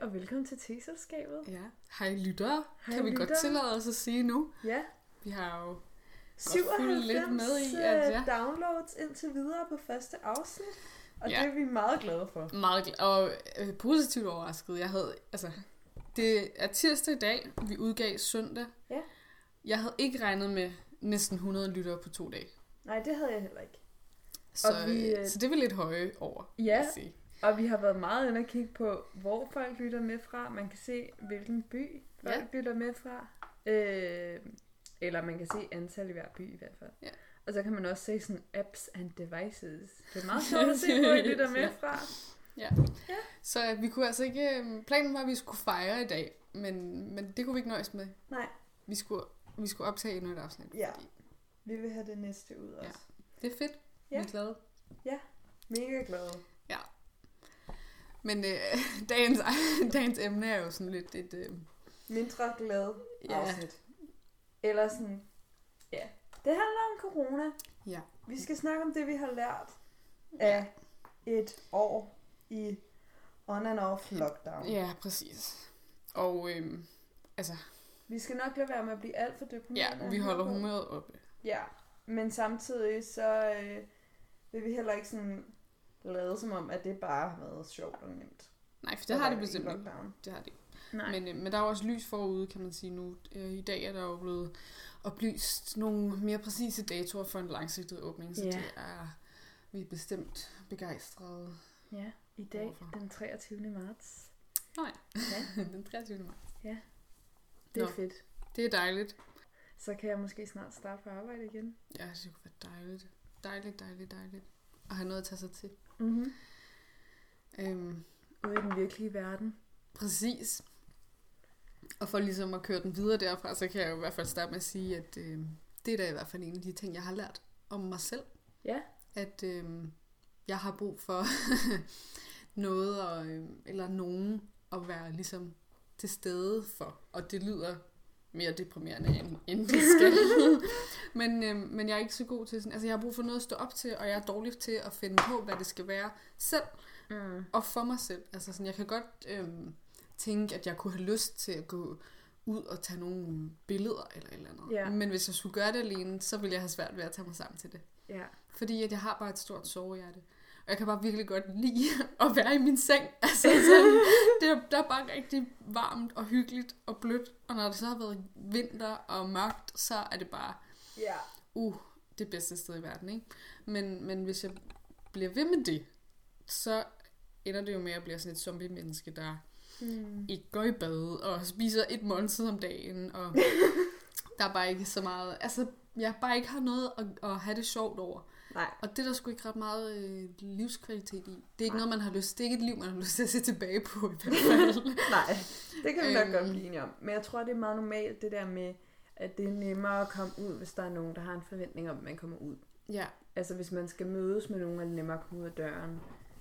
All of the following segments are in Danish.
og velkommen til T-selskabet. Ja, hej lyttere, hej, kan vi godt tillade os at sige nu. Ja. Vi har jo 97 lidt med i, at downloads indtil videre på første afsnit, og ja. det er vi meget glade for. Meget glad, og positivt overrasket. Det er tirsdag i dag, vi udgav søndag. Ja. Jeg havde ikke regnet med næsten 100 lyttere på 2 dage. Nej, det havde jeg heller ikke. Så det er vi lidt høje over, ja, vil jeg sige. Og vi har været meget inde og kigge på, hvor folk lytter med fra. Man kan se, hvilken by folk lytter med fra. Eller man kan se antal i hver by i hvert fald. Ja. Og så kan man også se sådan apps and devices. Det er meget sjovt at se, hvor I lytter med fra. Ja. Så vi kunne altså ikke... Planen var, at vi skulle fejre i dag, men det kunne vi ikke nøjes med. Nej. Vi skulle optage endnu et afsnit. Ja. Vi vil have det næste ud også. Ja. Det er fedt. Vi er glade. Ja, mega glade. Ja. Men dagens emne er jo sådan lidt et... mindre glad afsnit. Eller sådan... Ja. Det handler om corona. Ja. Vi skal snakke om det, vi har lært af et år i on and off lockdown. Ja, præcis. Og vi skal nok lade være med at blive alt for deprimerende. Ja, vi holder humøret oppe. Ja, men samtidig så vil vi heller ikke sådan lade som om, at det bare har været sjovt og nemt. Nej, for det har det bestemt ikke. Det har det. Men der er jo også lys forude, kan man sige nu. I dag er der jo blevet oplyst nogle mere præcise datoer for en langsigtet åbning, så det er vi er bestemt begejstrede. Ja, i dag overfor. Den 23. marts. Nej, ja. Den 23. marts. Ja, det er fedt. Det er dejligt. Så kan jeg måske snart starte på arbejde igen. Ja, det kunne være dejligt. Dejligt. Og have noget at tage sig til. Mhm. Ude i den virkelige verden. Præcis. Og for ligesom at køre den videre derfra, så kan jeg jo i hvert fald starte med at sige, at det er da i hvert fald en af de ting, jeg har lært om mig selv. Ja. At jeg har brug for noget, eller nogen at være ligesom til stede for. Og det lyder mere deprimerende, end det skal. men jeg er ikke så god til sådan... Altså, jeg har brug for noget at stå op til, og jeg er dårlig til at finde på, hvad det skal være selv. Og for mig selv. Altså, sådan, jeg kan godt tænke, at jeg kunne have lyst til at gå ud og tage nogle billeder eller et eller andet. Ja. Men hvis jeg skulle gøre det alene, så ville jeg have svært ved at tage mig sammen til det. Ja. Fordi at jeg har bare et stort sovehjerte. Og jeg kan bare virkelig godt lide at være i min seng. Altså, sådan, der er bare rigtig varmt og hyggeligt og blødt. Og når det så har været vinter og mørkt, så er det bare det bedste sted i verden. Ikke? Men hvis jeg bliver ved med det, så ender det jo med at blive sådan et zombie-menneske, der ikke går i bad og spiser et måltid om dagen. Og der er bare ikke så meget... Altså, jeg bare ikke har noget at have det sjovt over. Nej. Og det er der sgu ikke ret meget livskvalitet i. Det er ikke noget, man har lyst til. Det er ikke et liv, man har lyst til at se tilbage på i hvert fald. Nej, det kan vi nok godt blive enige om. Men jeg tror, det er meget normalt, det der med, at det er nemmere at komme ud, hvis der er nogen, der har en forventning om, at man kommer ud. Ja. Altså, hvis man skal mødes med nogen, er det nemmere at komme ud af døren.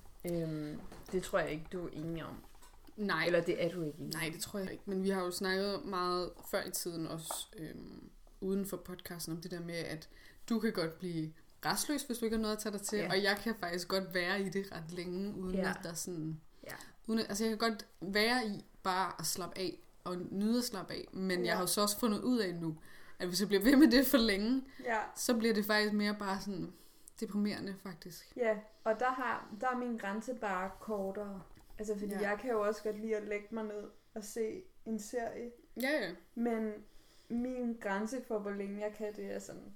Det tror jeg ikke, du er enig om. Nej. Eller det er du ikke enig. Nej, det tror jeg ikke. Men vi har jo snakket meget før i tiden også uden for podcasten om det der med, at du kan godt blive restløs, hvis du ikke har noget at tage dig til. Og jeg kan faktisk godt være i det ret længe, uden at der sådan... Altså, jeg kan godt være i bare at slappe af og nyde at slappe af. Men jeg har jo så også fundet ud af nu, at hvis jeg bliver ved med det for længe, så bliver det faktisk mere bare sådan deprimerende, faktisk. Ja, og der er min grænse bare kortere. Altså, fordi jeg kan jo også godt lide at lægge mig ned og se en serie. Ja. Men min grænse for, hvor længe jeg kan, det er sådan...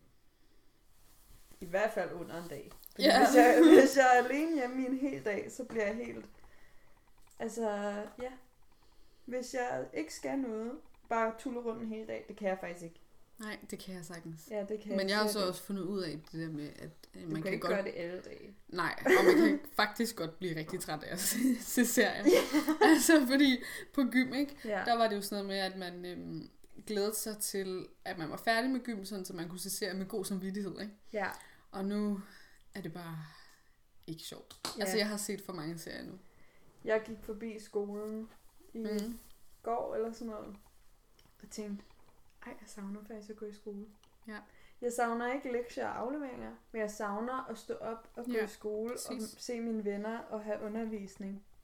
I hvert fald under en dag. Fordi hvis jeg er alene hjemme i en hel dag, så bliver jeg helt... Altså, hvis jeg ikke skal noget, bare tulle rundt en hel dag, det kan jeg faktisk ikke. Nej, det kan jeg sagtens. Ja, det kan men jeg har så også fundet ud af det der med, at man kan ikke gøre det alle dage. Nej, og man kan faktisk godt blive rigtig træt af at se serier. Altså, fordi på gym, ikke? Der var det jo sådan noget med, at man glædede sig til, at man var færdig med gym, sådan, så man kunne se serier med god samvittighed, ikke? Ja. Og nu er det bare ikke sjovt. Altså, jeg har set for mange serier nu. Jeg gik forbi skolen i går eller sådan noget, og tænkte, jeg savner faktisk at gå i skole. Ja. Jeg savner ikke lektier og afleveringer, men jeg savner at stå op og gå i skole og se mine venner og have undervisning.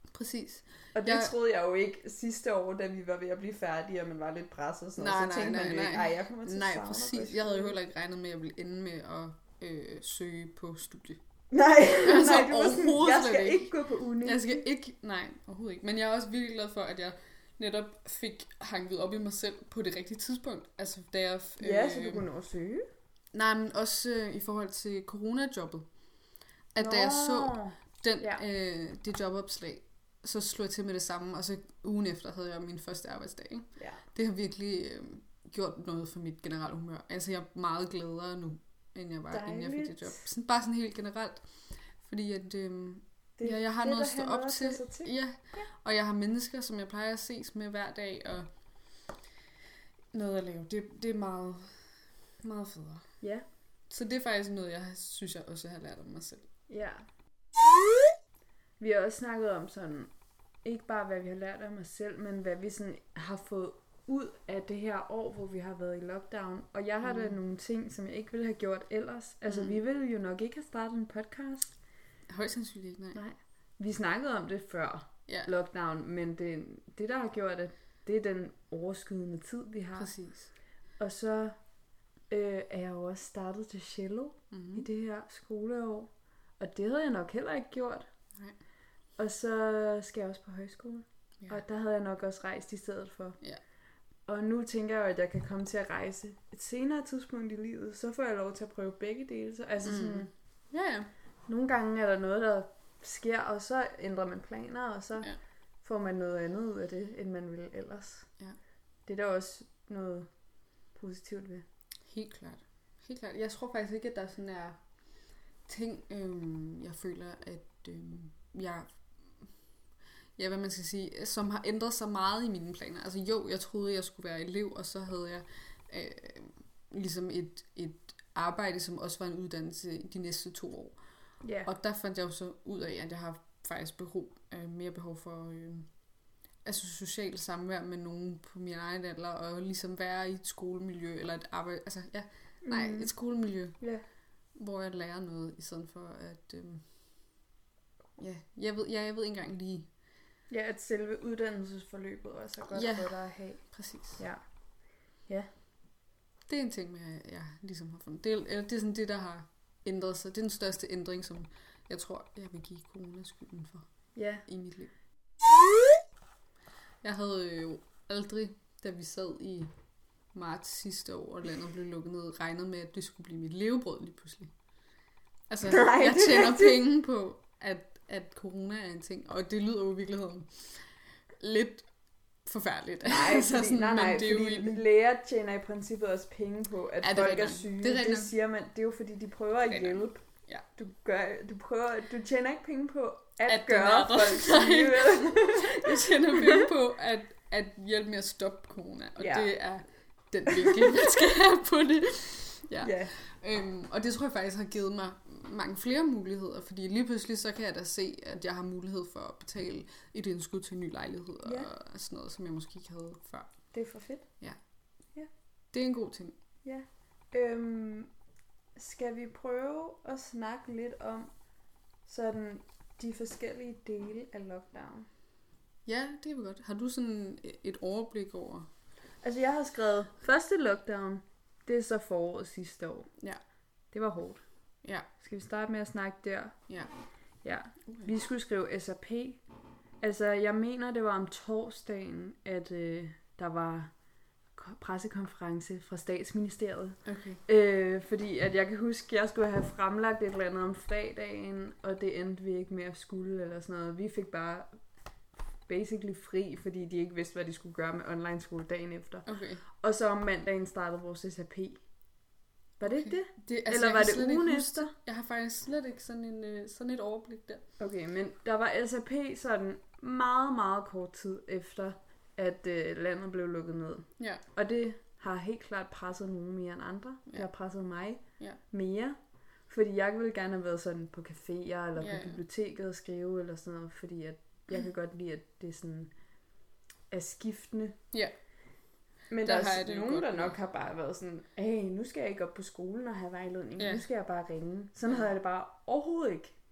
Præcis. Og det troede jeg jo ikke sidste år, da vi var ved at blive færdige, og man var lidt presset og sådan noget. Så tænkte man jo ikke, jeg kommer til Nej, præcis. Jeg havde jo heller ikke regnet med, at jeg ville ende med at søge på studie. Nej, altså, nej, du var sådan, jeg skal ikke gå på uni. Jeg skal ikke, nej, overhovedet ikke. Men jeg er også virkelig glad for, at jeg netop fik hanket op i mig selv på det rigtige tidspunkt. Altså, da jeg... så du kunne nå at søge? Nej, men også i forhold til coronajobbet. At da jeg så det jobopslag, så slog jeg til med det samme, og så ugen efter havde jeg min første arbejdsdag. Ikke? Ja. Det har virkelig gjort noget for mit generelle humør. Altså, jeg er meget gladere nu, end jeg var, inden jeg fik det job. Bare sådan helt generelt. Fordi at jeg har noget at stå op til. Ja, og jeg har mennesker, som jeg plejer at ses med hver dag, og noget at lave. Det er meget, meget federe. Ja. Så det er faktisk noget, jeg synes, jeg også har lært om mig selv. Ja. Vi har også snakket om sådan, ikke bare hvad vi har lært om os selv, men hvad vi sådan har fået ud af det her år, hvor vi har været i lockdown. Og jeg har da nogle ting, som jeg ikke ville have gjort ellers. Altså, vi ville jo nok ikke have startet en podcast. Højst sandsynligt ikke, nej. Vi snakkede om det før lockdown, men det der har gjort det, det er den overskydende tid, vi har. Præcis. Og så er jeg jo også startet til cello i det her skoleår. Og det havde jeg nok heller ikke gjort. Nej. Og så skal jeg også på højskole. Ja. Og der havde jeg nok også rejst i stedet for. Ja. Og nu tænker jeg jo, at jeg kan komme til at rejse et senere tidspunkt i livet. Så får jeg lov til at prøve begge dele. Så, altså sådan, nogle gange er der noget, der sker, og så ændrer man planer, og så får man noget andet ud af det, end man ville ellers. Ja. Det er der også noget positivt ved. Helt klart. Helt klart. Jeg tror faktisk ikke, at der sådan er ting, jeg føler, at hvad man skal sige, som har ændret sig meget i mine planer. Altså jo, jeg troede, jeg skulle være elev, og så havde jeg ligesom et arbejde, som også var en uddannelse de næste 2 år. Yeah. Og der fandt jeg jo så ud af, at jeg har faktisk mere behov for altså socialt samvær med nogen på min egen alder, og ligesom være i et skolemiljø, eller et arbejde, altså et skolemiljø, hvor jeg lærer noget, i stedet for at, jeg ved ikke engang lige. Ja, at selve uddannelsesforløbet også er godt for dig at have. Præcis. Ja. Det er en ting, jeg ligesom har fundet. Det er sådan det, der har ændret sig. Det er den største ændring, som jeg tror, jeg vil give coronaskylden for i mit liv. Jeg havde jo aldrig, da vi sad i marts sidste år, og landet blev lukket ned, regnet med, at det skulle blive mit levebrød lige pludselig. Altså, jeg tjener penge på, at corona er en ting, og det lyder jo i virkeligheden lidt forfærdeligt. Nej, fordi læger tjener i princippet også penge på, at folk er syge. Det siger man, det er jo fordi, de prøver at hjælpe. Ja. Du tjener ikke penge på at gøre folk syge. Du tjener penge på at hjælpe med at stoppe corona, og det er den vinkel, man skal have på det. Ja. Og det tror jeg faktisk har givet mig mange flere muligheder, fordi lige pludselig så kan jeg da se, at jeg har mulighed for at betale et indskud til en ny lejlighed og sådan noget, som jeg måske ikke havde før. Det er for fedt. Ja. Det er en god ting. Ja. Skal vi prøve at snakke lidt om sådan de forskellige dele af lockdown? Ja, det er vi godt. Har du sådan et overblik over? Altså jeg har skrevet første lockdown, det er så foråret sidste år. Ja. Det var hårdt. Ja. Skal vi starte med at snakke der? Ja. Ja. Okay. Vi skulle skrive SAP. Altså, jeg mener, det var om torsdagen, at der var pressekonference fra Statsministeriet. Okay. Fordi at jeg kan huske, at jeg skulle have fremlagt et eller andet om fredagen, og det endte vi ikke med at skulle eller sådan noget. Vi fik bare basically fri, fordi de ikke vidste, hvad de skulle gøre med online skole dagen efter. Okay. Og så om mandagen startede vores SAP. Var det ikke det? Altså, eller var det ugen efter? Jeg har faktisk slet ikke sådan et overblik der. Okay, men der var SAP sådan meget, meget kort tid efter, at landet blev lukket ned. Ja. Og det har helt klart presset nogen mere end andre. Det har presset mig mere. Fordi jeg ville gerne have været sådan på caféer eller på biblioteket og skrive eller sådan noget. Fordi at jeg kan godt lide, at det sådan er skiftende. Ja. Men der er nogen, der nok har bare været sådan, nu skal jeg ikke op på skolen og have vejledning. Nu skal jeg bare ringe. Sådan havde jeg det bare overhovedet ikke.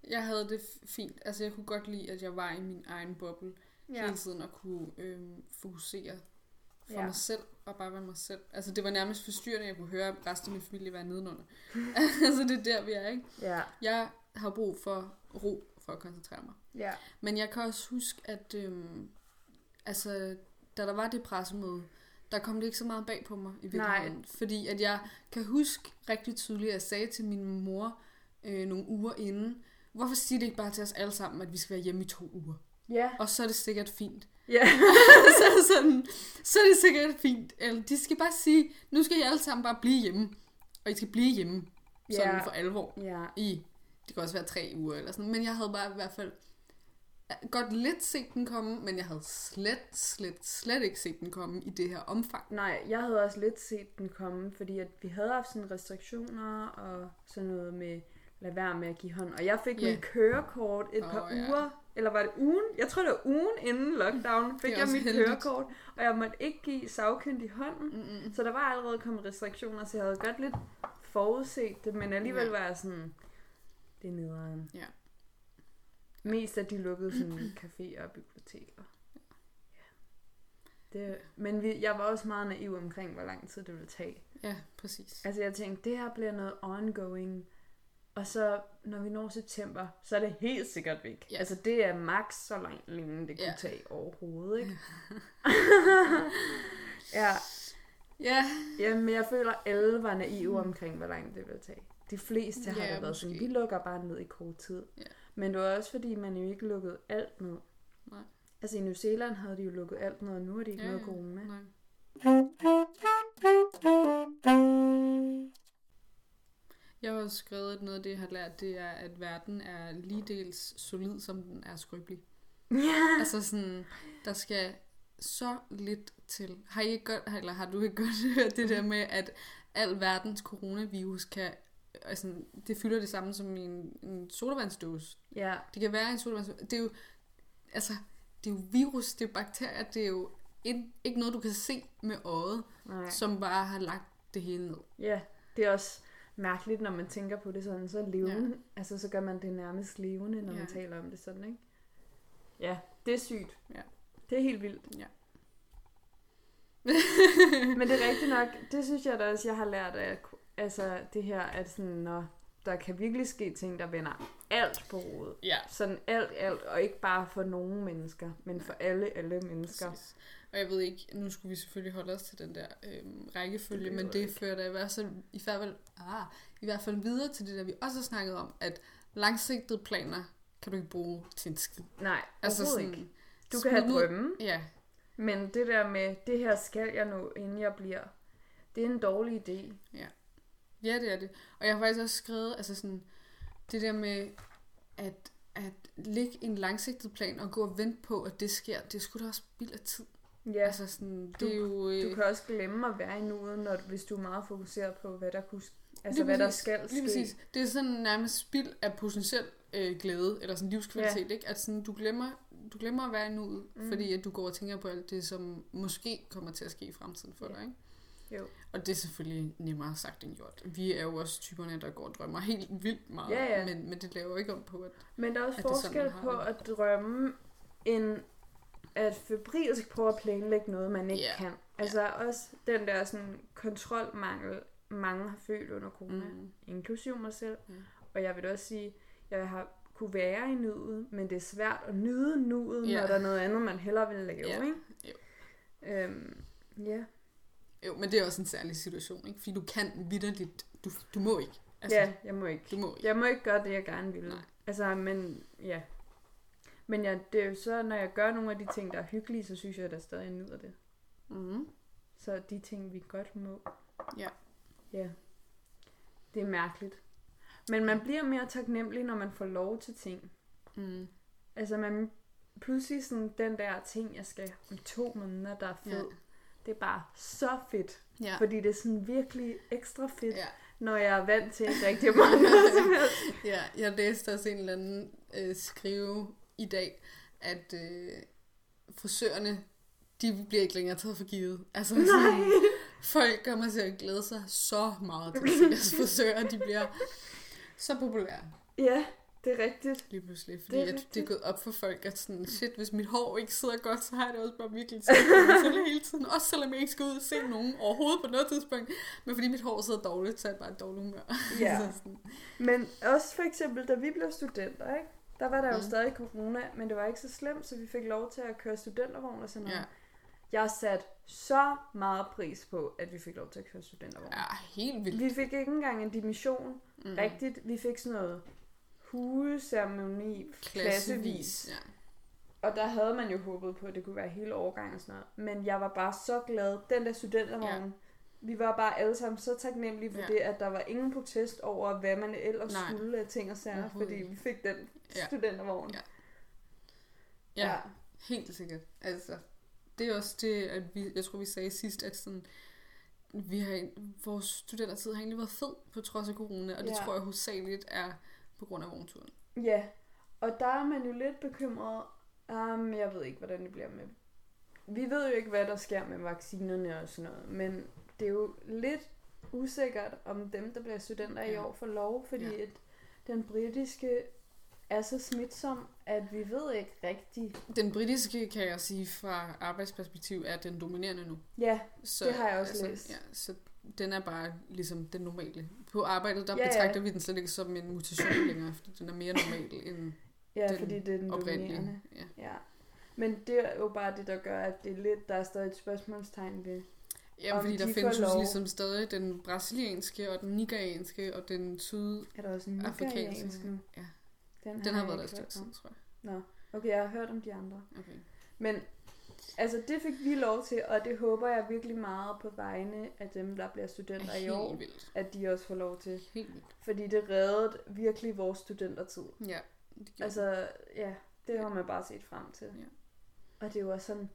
Jeg havde det fint. Altså, jeg kunne godt lide, at jeg var i min egen boble hele tiden og kunne fokusere for mig selv og bare være mig selv. Altså, det var nærmest forstyrrende, at jeg kunne høre resten af min familie være nedenunder. Altså, det er der, vi er, ikke? Ja. Jeg har brug for ro for at koncentrere mig. Ja. Men jeg kan også huske, at altså, da der var det pressemøde, der kom det ikke så meget bag på mig i virkeligheden. Fordi at jeg kan huske rigtig tydeligt, at jeg sagde til min mor nogle uger inden, hvorfor siger det ikke bare til os alle sammen, at vi skal være hjemme i 2 uger? Ja. Og så er det sikkert fint. Ja. så er det sikkert fint. Eller de skal bare sige, nu skal I alle sammen bare blive hjemme. Og I skal blive hjemme. Sådan for alvor. Ja. Det kan også være 3 uger eller sådan. Men jeg havde bare i hvert fald godt lidt set den komme, men jeg havde slet ikke set den komme i det her omfang. Nej, jeg havde også lidt set den komme, fordi at vi havde haft sådan restriktioner og sådan noget med lad være med at give hånd. Og jeg fik mit kørekort et par uger, eller var det ugen? Jeg tror det var ugen inden lockdown, fik jeg mit kørekort, og jeg måtte ikke give sagkyndig hånden. Så der var allerede kommet restriktioner, så jeg havde godt lidt forudset det, men alligevel var jeg sådan, det er nederen. Ja. Mest at de lukkede sådan caféer og biblioteker. Ja. Men jeg var også meget naiv omkring, hvor lang tid det ville tage. Ja, præcis. Altså jeg tænkte, det her bliver noget ongoing. Og så når vi når september, så er det helt sikkert væk. Ja. Altså det er max så langt længe det kunne tage overhovedet, ikke? Ja. Jamen jeg føler, alle var naive omkring, hvor langt det ville tage. De fleste har da været sådan, vi lukker bare ned i kort tid. Ja. Men det var også fordi, man jo ikke lukkede alt ned. Nej. Altså i New Zealand havde de jo lukket alt ned, og nu er de ikke noget corona. Nej. Jeg har også skrevet, at noget af det, jeg har lært, det er, at verden er lige dels solid, som den er skrøbelig. Ja. Altså sådan, der skal så lidt til. Har du ikke godt hørt det der med, at al verdens coronavirus kan, altså, det fylder det samme som en sodavandsdåse. Ja. Det kan være en sodavandsdåse. Det er jo virus, det er jo bakterier, det er jo ikke noget, du kan se med øjet, som bare har lagt det hele ned. Ja, det er også mærkeligt, når man tænker på det sådan, så levende, altså så gør man det nærmest levende, når man taler om det sådan, ikke? Ja, det er sygt. Ja. Det er helt vildt. Ja. Men det er rigtigt nok, det synes jeg da også, jeg har lært af, altså det her, at sådan, når der kan virkelig ske ting, der vender alt på hovedet. Ja. Sådan alt, og ikke bare for nogle mennesker, men for alle mennesker. Præcis. Og jeg ved ikke, nu skulle vi selvfølgelig holde os til den der rækkefølge, men det fører da i hvert fald videre til det der, vi også har snakket om, at langsigtede planer kan du ikke bruge til en skid. Nej, altså sådan, ikke. Du kan have drømme, men det der med, det her skal jeg nå, inden jeg bliver, det er en dårlig idé. Ja, det er det. Og jeg har faktisk også skrevet, altså sådan, det der med, at lægge en langsigtet plan og gå og vente på, at det sker, det skulle da også spild af tid. Ja, altså sådan, det er jo, du kan også glemme at være i nuet, hvis du er meget fokuseret på, hvad der kunne, altså hvad der skal ske. Præcis. Det er sådan nærmest spild af potentiel glæde, eller sådan livskvalitet, ikke? At sådan, du glemmer at være i nuet, fordi at du går og tænker på alt det, som måske kommer til at ske i fremtiden for dig, ikke? Jo. Og det er selvfølgelig nemmere sagt end gjort. Vi er jo også typerne, der går og drømmer helt vildt meget, men det laver ikke om på, at men der er også forskel på at drømme, end at febrilsk prøve at planlægge noget, man ikke kan. Altså også den der sådan kontrolmangel, mange har følt under corona, inklusive mig selv. Og jeg vil også sige, jeg har kunne være i nuet, men det er svært at nyde nuet, når der er noget andet, man hellere vil lave, ikke? Jo. Jo, men det er også en særlig situation, ikke? Fordi du kan vitterligt, du må ikke. Altså, jeg må ikke. Du må ikke. Jeg må ikke gøre det, jeg gerne vil. Nej. Altså, men Men det er jo så, når jeg gør nogle af de ting, der er hyggelige, så synes jeg, at jeg stadig nyder det. Så de ting, vi godt må. Ja. Det er mærkeligt. Men man bliver mere taknemmelig, når man får lov til ting. Altså, man pludselig sådan, den der ting, jeg skal om 2 måneder, der er fed. Det er bare så fedt. Fordi det er sådan virkelig ekstra fedt, når jeg er vant til rigtig mange som helst. Jeg læste også en eller anden skrive i dag, at frisørerne, de bliver ikke længere taget for givet. Altså sådan, folk kommer til at glæde sig så meget til deres frisører, de bliver så populære. Ja, Det er rigtigt. Lige pludselig. Fordi Det er det er gået op for folk, at sådan, shit, hvis mit hår ikke sidder godt, så har jeg det også bare virkelig til hele tiden. Også selvom jeg ikke skal ud og se nogen overhovedet på noget tidspunkt. Men fordi mit hår sidder dårligt, så er jeg bare et dårligt humør. Ja. Men også for eksempel, da vi blev studenter, ikke? Der var der jo stadig corona, men det var ikke så slemt, så vi fik lov til at køre studentervogn og sådan noget. Ja. Jeg satte så meget pris på, at vi fik lov til at køre studentervogn. Ja, helt vildt. Vi fik ikke engang en dimission rigtigt. Vi fik sådan noget hugeceremoni klassevis. Ja. Og der havde man jo håbet på, at det kunne være hele årgang og sådan noget. Men jeg var bare så glad. Den der studentervogn, vi var bare alle sammen så taknemmelige for det, at der var ingen protest over, hvad man ellers skulle af ting og sager, fordi vi fik den studentervogn. Ja, helt sikkert. Altså, det er også det, at jeg tror, vi sagde sidst, at sådan, vores studentertid har egentlig været fed på trods af corona, og det tror jeg hovedsageligt er på grund af vognturen. Ja, og der er man jo lidt bekymret. Jeg ved ikke, hvordan det bliver med. Vi ved jo ikke, hvad der sker med vaccinerne og sådan noget, men det er jo lidt usikkert, om dem, der bliver studenter i år, får lov, fordi at den britiske er så smitsom, at vi ved ikke rigtigt. Den britiske, kan jeg sige, fra arbejdsperspektiv, er den dominerende nu. Ja, så, det har jeg også læst. Ja, så den er bare ligesom den normale. På arbejdet, der betragter vi den slet ikke som en mutation længere, fordi den er mere normal end fordi det er den dominerende. Ja. Men det er jo bare det, der gør, at det er lidt, der er stadig et spørgsmålstegn ved. Ja, fordi der findes jo ligesom stadig den brasilianske, og den nigerianske, og den Er der også en nigeriansk nu? Ja. Den har været der et stykke tid, tror jeg. Nå, okay, jeg har hørt om de andre. Okay. Men altså, det fik vi lov til, og det håber jeg virkelig meget på vegne af dem, der bliver studenter i år, vildt. At de også får lov til. Helt vildt. Fordi det reddede virkelig vores studentertid. Ja. Altså, det har man bare set frem til. Ja. Og det er jo også sådan,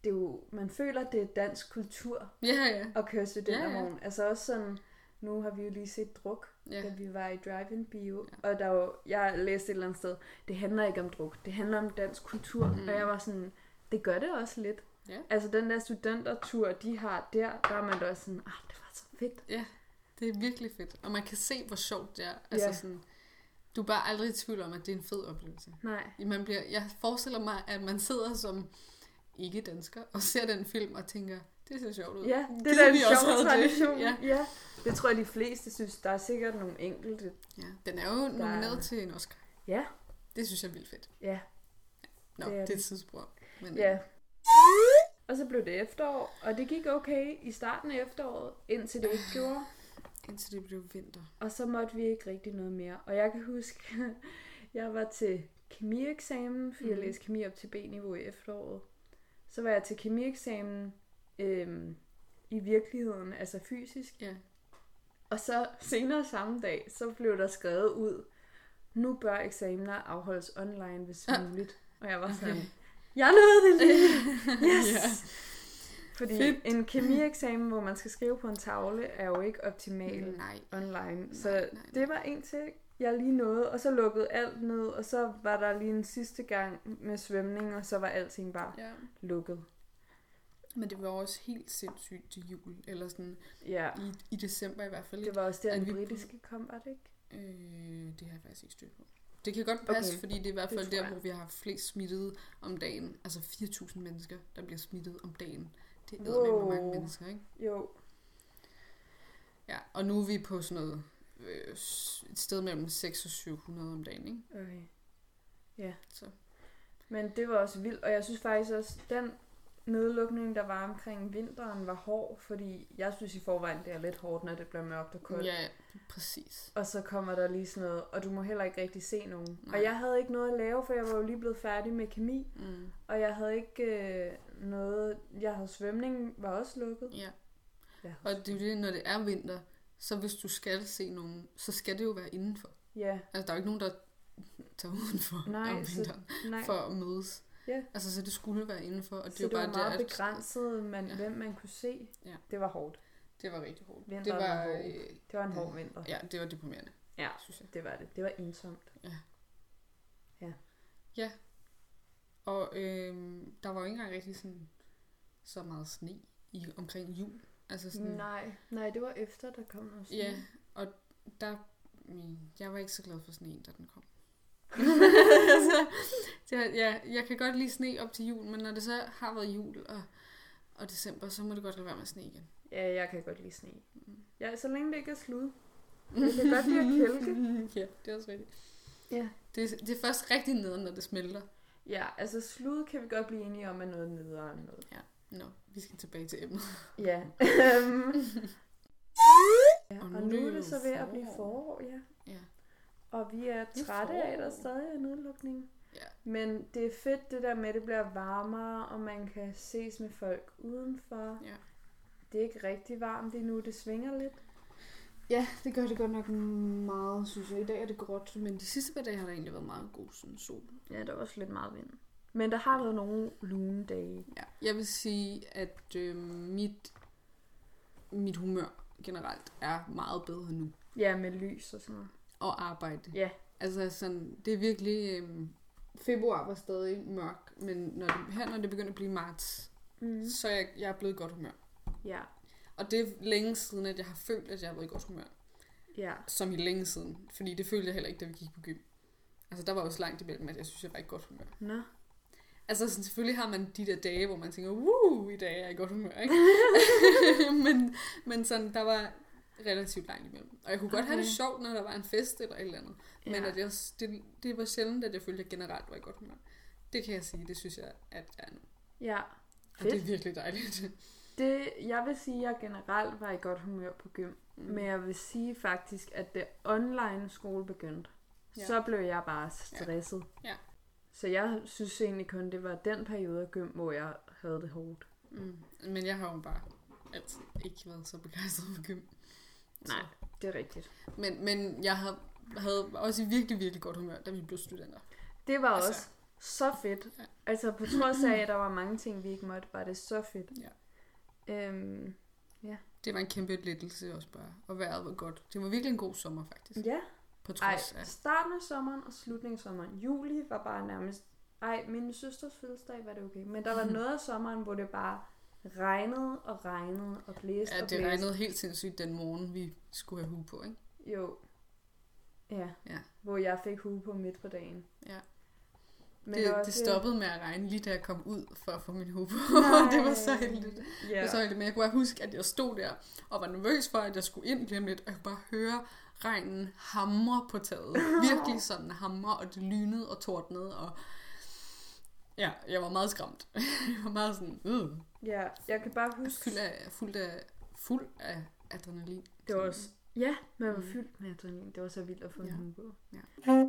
man føler, at det er dansk kultur at køre studentervogn. Ja. Altså også sådan, nu har vi jo lige set Druk, da vi var i drive-in bio, og der var, jeg læste et eller andet sted, det handler ikke om druk, det handler om dansk kultur, og jeg var sådan, det gør det også lidt. Ja. Altså den der studentertur, de har der er man da også sådan, det var så fedt. Ja, det er virkelig fedt, og man kan se, hvor sjovt det er. Altså sådan, du er bare aldrig i tvivl om, at det er en fed oplevelse. Nej. Jeg forestiller mig, at man sidder som ikke-dansker og ser den film og tænker, det ser sjovt ud. Ja, det er en sjov tradition. Ja, det tror jeg, de fleste synes. Der er sikkert nogle enkelte. Ja, den er jo nomineret til en Oscar. Ja. Det synes jeg er vildt fedt. Ja. Nå, det er et tidsspor. Men, Og så blev det efterår, og det gik okay i starten af efteråret, indtil det ikke gjorde. Indtil det blev vinter. Og så måtte vi ikke rigtig noget mere. Og jeg kan huske, jeg var til kemieksamen, fordi jeg læste kemi op til B-niveau i efteråret. Så var jeg til kemieksamen i virkeligheden, altså fysisk. Ja. Og så senere samme dag, så blev der skrevet ud, nu bør eksamener afholdes online, hvis muligt. Og jeg var sådan, jeg nåede det lige! Yes! Fordi en kemieksamen, hvor man skal skrive på en tavle, er jo ikke optimal online. Så det var en ting, jeg lige nåede, og så lukkede alt ned, og så var der lige en sidste gang med svømning, og så var alting bare lukket. Men det var også helt sindssygt til jul, eller sådan i december i hvert fald. Det var også der, den britiske kom, var det ikke? Det har jeg faktisk ikke styr på. Det kan godt passe, fordi det er i hvert fald der, hvor vi har haft flest smittede om dagen. Altså 4.000 mennesker, der bliver smittet om dagen. Det er eddermame mange mennesker, ikke? Jo. Ja, og nu er vi på sådan noget et sted mellem 600 og 700 om dagen, ikke? Okay. Ja. Så. Men det var også vildt, og jeg synes faktisk også, den nedlukning, der var omkring vinteren, var hård, fordi jeg synes i forvejen, det er lidt hårdt, når det bliver mørkt og koldt. Ja, præcis. Og så kommer der lige sådan noget, og du må heller ikke rigtig se nogen. Nej. Og jeg havde ikke noget at lave, for jeg var jo lige blevet færdig med kemi, og jeg havde ikke noget, jeg havde svømning, var også lukket. Ja. Og det er jo det, når det er vinter, så hvis du skal se nogen, så skal det jo være indenfor. Ja. Altså der er jo ikke nogen, der tager udenfor om vinteren for at mødes. Ja. Altså så det skulle være indenfor. Og så det var meget begrænset, hvem man kunne se. Ja. Det var hårdt. Det var rigtig hårdt. Det var en hård vinter. Ja, det var deprimerende. Ja, synes jeg. Det var det. Det var ensomt. Ja. Og der var jo ikke engang rigtig sådan så meget sne omkring jul. Altså sådan, nej, det var efter, der kom noget sne. Ja, og der, jeg var ikke så glad for sneen, da den kom. Jeg kan godt lide sne op til jul, men når det så har været jul og december, så må det godt lade være med sne igen. Ja, jeg kan godt lide sne. Ja, så længe det ikke er slud. Jeg kan godt lide at kælke. Ja, det er også rigtigt. Ja. Det er først rigtig nederen, når det smelter. Ja, altså slud kan vi godt blive enige om, er noget nederen noget. Ja, vi skal tilbage til emnet. Ja. Og nu er det så ved at blive forår, Ja. Og vi er trætte af, at der stadig er nedlukning. Ja. Men det er fedt det der med, at det bliver varmere, og man kan ses med folk udenfor. Ja. Det er ikke rigtig varmt lige nu, det svinger lidt. Ja, det gør det godt nok meget, synes jeg. I dag er det gråt, men de sidste par dage har der egentlig været meget god sådan sol. Ja, der er også lidt meget vind. Men der har været nogle lune dage. Ja, jeg vil sige, at mit humør generelt er meget bedre nu. Ja, med lys og sådan noget. Og arbejde. Ja. Altså sådan, det er virkelig... februar var stadig mørk, men når det begynder at blive marts, så er jeg er blevet i godt humør. Ja. Og det er længe siden, at jeg har følt, at jeg har været i godt humør. Ja. Som i længe siden. Fordi det følte jeg heller ikke, da vi gik på gym. Altså, der var også langt imellem, at jeg synes, jeg var i godt humør. Nå. Altså, sådan, selvfølgelig har man de der dage, hvor man tænker, i dag er jeg i godt humør, ikke? men sådan, der var relativt langt imellem. Og jeg kunne godt have det sjovt, når der var en fest eller et eller andet. Men at det var sjældent, at jeg følte, at jeg generelt var i godt humør. Det kan jeg sige, det synes jeg, at jeg er nu. Ja, fedt. Og det er virkelig dejligt. Jeg vil sige, at jeg generelt var i godt humør på gym. Men jeg vil sige faktisk, at det online skole begyndte. Så blev jeg bare stresset. Ja. Så jeg synes egentlig kun, det var den periode af gym, hvor jeg havde det hårdt. Men jeg har jo bare altid ikke været så begejstret for gym. Nej, det er rigtigt. Men jeg havde også i virkelig, virkelig godt humør, da vi blev studenter. Det var også så fedt. Ja. Altså på trods af, at der var mange ting, vi ikke måtte, var det så fedt. Ja. Ja. Det var en kæmpe lettelse også bare, og vejret var godt. Det var virkelig en god sommer faktisk. Ja. På trods af. Starten af sommeren og slutningen af sommeren. Juli var bare nærmest... min søsters fødselsdag var det okay. Men der var noget af sommeren, hvor det bare regnede og blæste og blæste. Det regnede helt sindssygt den morgen, vi skulle have hue på, ikke? Jo. Ja. Hvor jeg fik hue på midt på dagen. Ja. Men det stoppede med at regne lige da jeg kom ud for at få min hue på. Det var så heldigt. Yeah. Det var så heldigt. Men jeg kunne bare huske, at jeg stod der og var nervøs for, at jeg skulle ind lige om lidt. Og jeg kunne bare høre regnen hamre på taget. Virkelig sådan hamre, og det lynede og tordnede. Og ja, jeg var meget skræmt. Jeg var meget sådan, Ja, jeg kan bare huske... Fuld af adrenalin. Det var også... Ja, man var fyldt med adrenalin. Det var så vildt at få en hue på. Ja.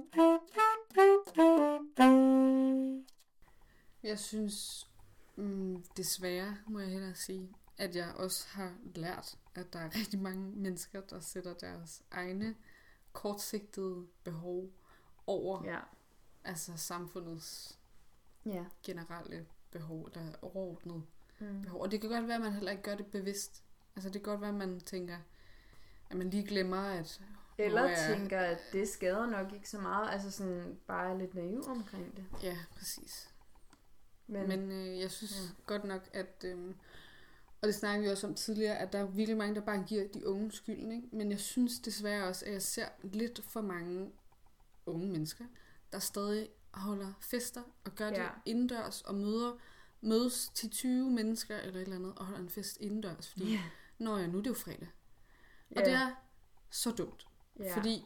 Jeg synes, desværre må jeg hellere sige, at jeg også har lært, at der er rigtig mange mennesker, der sætter deres egne kortsigtede behov over altså samfundets generelle behov, eller overordnede behov. Og det kan godt være, at man heller ikke gør det bevidst. Altså det kan godt være, at man tænker, at man lige glemmer, at... Eller tænker, at det skader nok ikke så meget. Altså sådan bare lidt naiv omkring det. Ja, præcis. Men jeg synes godt nok, at... og det snakker vi også om tidligere, at der er virkelig mange, der bare giver de unge skylden, ikke? Men jeg synes desværre også, at jeg ser lidt for mange unge mennesker, der stadig holder fester og gør det indendørs og mødes til 20 mennesker eller et eller andet og holder en fest indendørs. Fordi nu er det jo fredag. Og det er så dumt. Fordi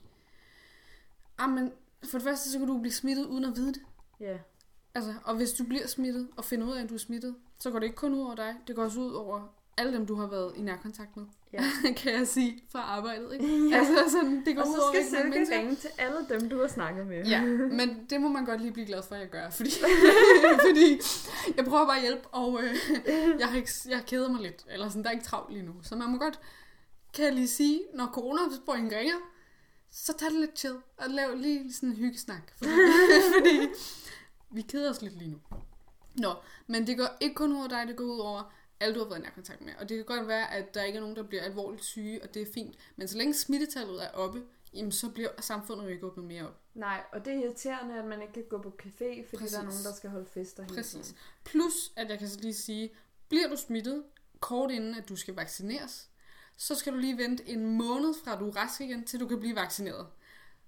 for det første, så kan du blive smittet uden at vide det. Altså, og hvis du bliver smittet og finder ud af, at du er smittet, så går det ikke kun ud over dig. Det går også ud over alle dem, du har været i nærkontakt med. Kan jeg sige, fra arbejdet. Ikke? Altså, sådan, det går og ud så over skal Silke ringe til alle dem, du har snakket med. Ja, men det må man godt lige blive glad for, at jeg gør. Fordi jeg prøver bare at hjælpe, og jeg keder mig lidt. Eller sådan, der er ikke travlt lige nu. Så man må godt, kan jeg lige sige, når coronaspørgen ringer, så tag det lidt chill. Og lav lige sådan en hyggesnak. Fordi vi keder os lidt lige nu. Men det går ikke kun ud over dig, det går ud over alle, du har været i nærkontakt med. Og det kan godt være, at der ikke er nogen, der bliver alvorligt syge, og det er fint. Men så længe smittetallet er oppe, jamen, så bliver samfundet jo ikke åbnet mere op. Nej, og det er irriterende, at man ikke kan gå på café, fordi der er nogen, der skal holde fester hele tiden. Plus, at jeg kan så lige sige, bliver du smittet kort inden, at du skal vaccineres, så skal du lige vente en måned fra, du er rask igen, til du kan blive vaccineret.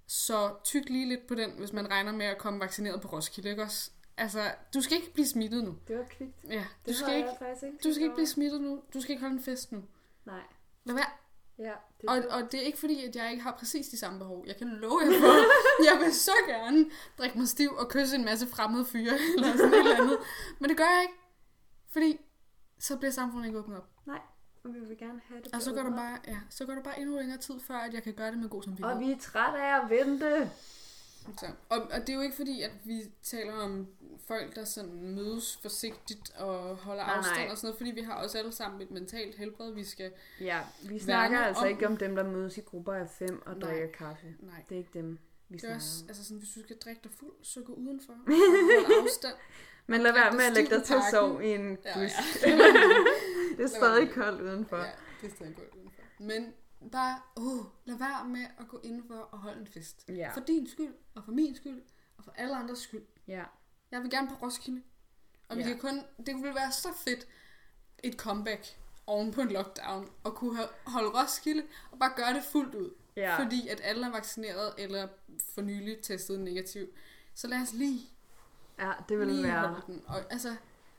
så tyk lige lidt på den, hvis man regner med at komme vaccineret på Roskilde, ikke også? Altså, du skal ikke blive smittet nu. Det var kvikt. Ja, Det skal ikke, du skal ikke blive smittet nu. Du skal ikke holde en fest nu. Nej. Lad være. Ja, og det er ikke fordi, at jeg ikke har præcis de samme behov. Jeg kan love jer for, jeg vil så gerne drikke mig stiv og kysse en masse fremmede fyre, eller sådan et eller andet. Men det gør jeg ikke. Fordi så bliver samfundet ikke åbnet op. Nej, og vi vil gerne have det. Og så går der bare endnu længere tid, før at jeg kan gøre det med god samvittighed. Og vi er trætte af at vente. Så, og det er jo ikke fordi, at vi taler om folk, der sådan mødes forsigtigt og holder afstand og sådan noget, fordi vi har også alle sammen et mentalt helbred, vi skal. Ja, vi snakker altså ikke om dem, der mødes i grupper af 5 og drikker kaffe. Nej. Det er ikke dem, vi snakker om. Altså sådan, hvis du skal drikke dig fuld, så gå udenfor og holde afstand. Men lad være med at lægge dig til at sove i en bus. Det er stadig koldt udenfor. Ja, det er stadig koldt udenfor. Men bare, lad være med at gå indenfor og holde en fest. Ja. For din skyld, og for min skyld, og for alle andres skyld. Ja. Jeg vil gerne på Roskilde. Og vi kan det ville være så fedt, et comeback oven på en lockdown, og kunne holde Roskilde, og bare gøre det fuldt ud. Ja. Fordi at alle er vaccineret, eller for nylig testet negativ. Så lad os lige det vil være. Den. Og altså,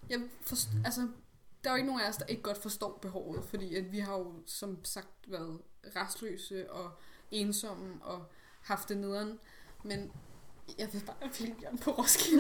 der er jo ikke nogen af os, der ikke godt forstår behovet, fordi at vi har jo som sagt været restløse og ensomme og haft det nederen. Men jeg vil bare virkelig gerne på Roskilde.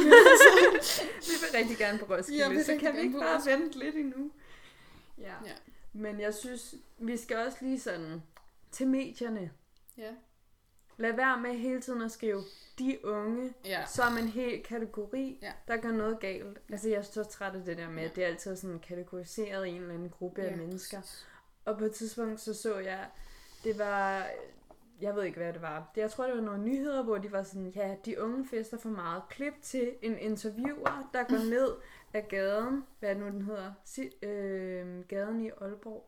Vi vil rigtig gerne på Roskilde, så kan vi ikke bare vente lidt endnu. Ja. Men jeg synes, vi skal også lige sådan til medierne. Ja. Lad være med hele tiden at skrive de unge, som en hel kategori, der gør noget galt. Altså jeg er så træt af det der med, at det er altid sådan kategoriseret i en eller anden gruppe af mennesker. Præcis. Og på et tidspunkt så jeg, det var, jeg ved ikke hvad det var. Jeg tror det var nogle nyheder, hvor de var sådan, de unge fester for meget. Klip til en interviewer, der går ned af gaden, hvad er det nu den hedder? Gaden i Aalborg.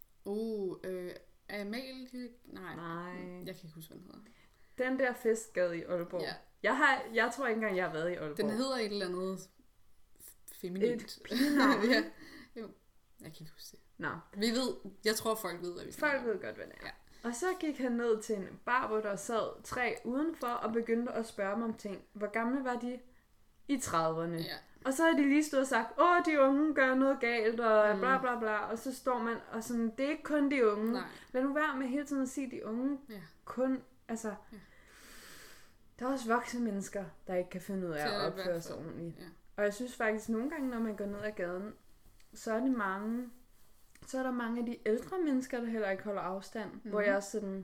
Amalie? Nej. Jeg kan ikke huske, hvad den hedder. Den der festgade i Aalborg. Ja. Jeg tror ikke engang, jeg har været i Aalborg. Den hedder et eller andet feminint. Et pigenavn. Ja. Jo. Jeg kan ikke huske det. Nå. Jeg tror, folk ved, hvad vi snakker om. Folk ved godt, hvad det er. Ja. Og så gik han ned til en bar, hvor der sad 3 udenfor, og begyndte at spørge mig om ting. Hvor gamle var de? I 30'erne. Ja. Og så har de lige stået og sagt, de unge gør noget galt, og bla bla bla. Og så står man, og sådan, det er ikke kun de unge. Nej. Lad nu være med hele tiden at sige de unge. Ja. Kun, altså... Ja. Der er også voksne mennesker, der ikke kan finde ud af at opføre sig ordentligt. Ja. Og jeg synes faktisk, nogle gange, når man går ned ad gaden, så er der mange af de ældre mennesker, der heller ikke holder afstand. Hvor jeg er sådan...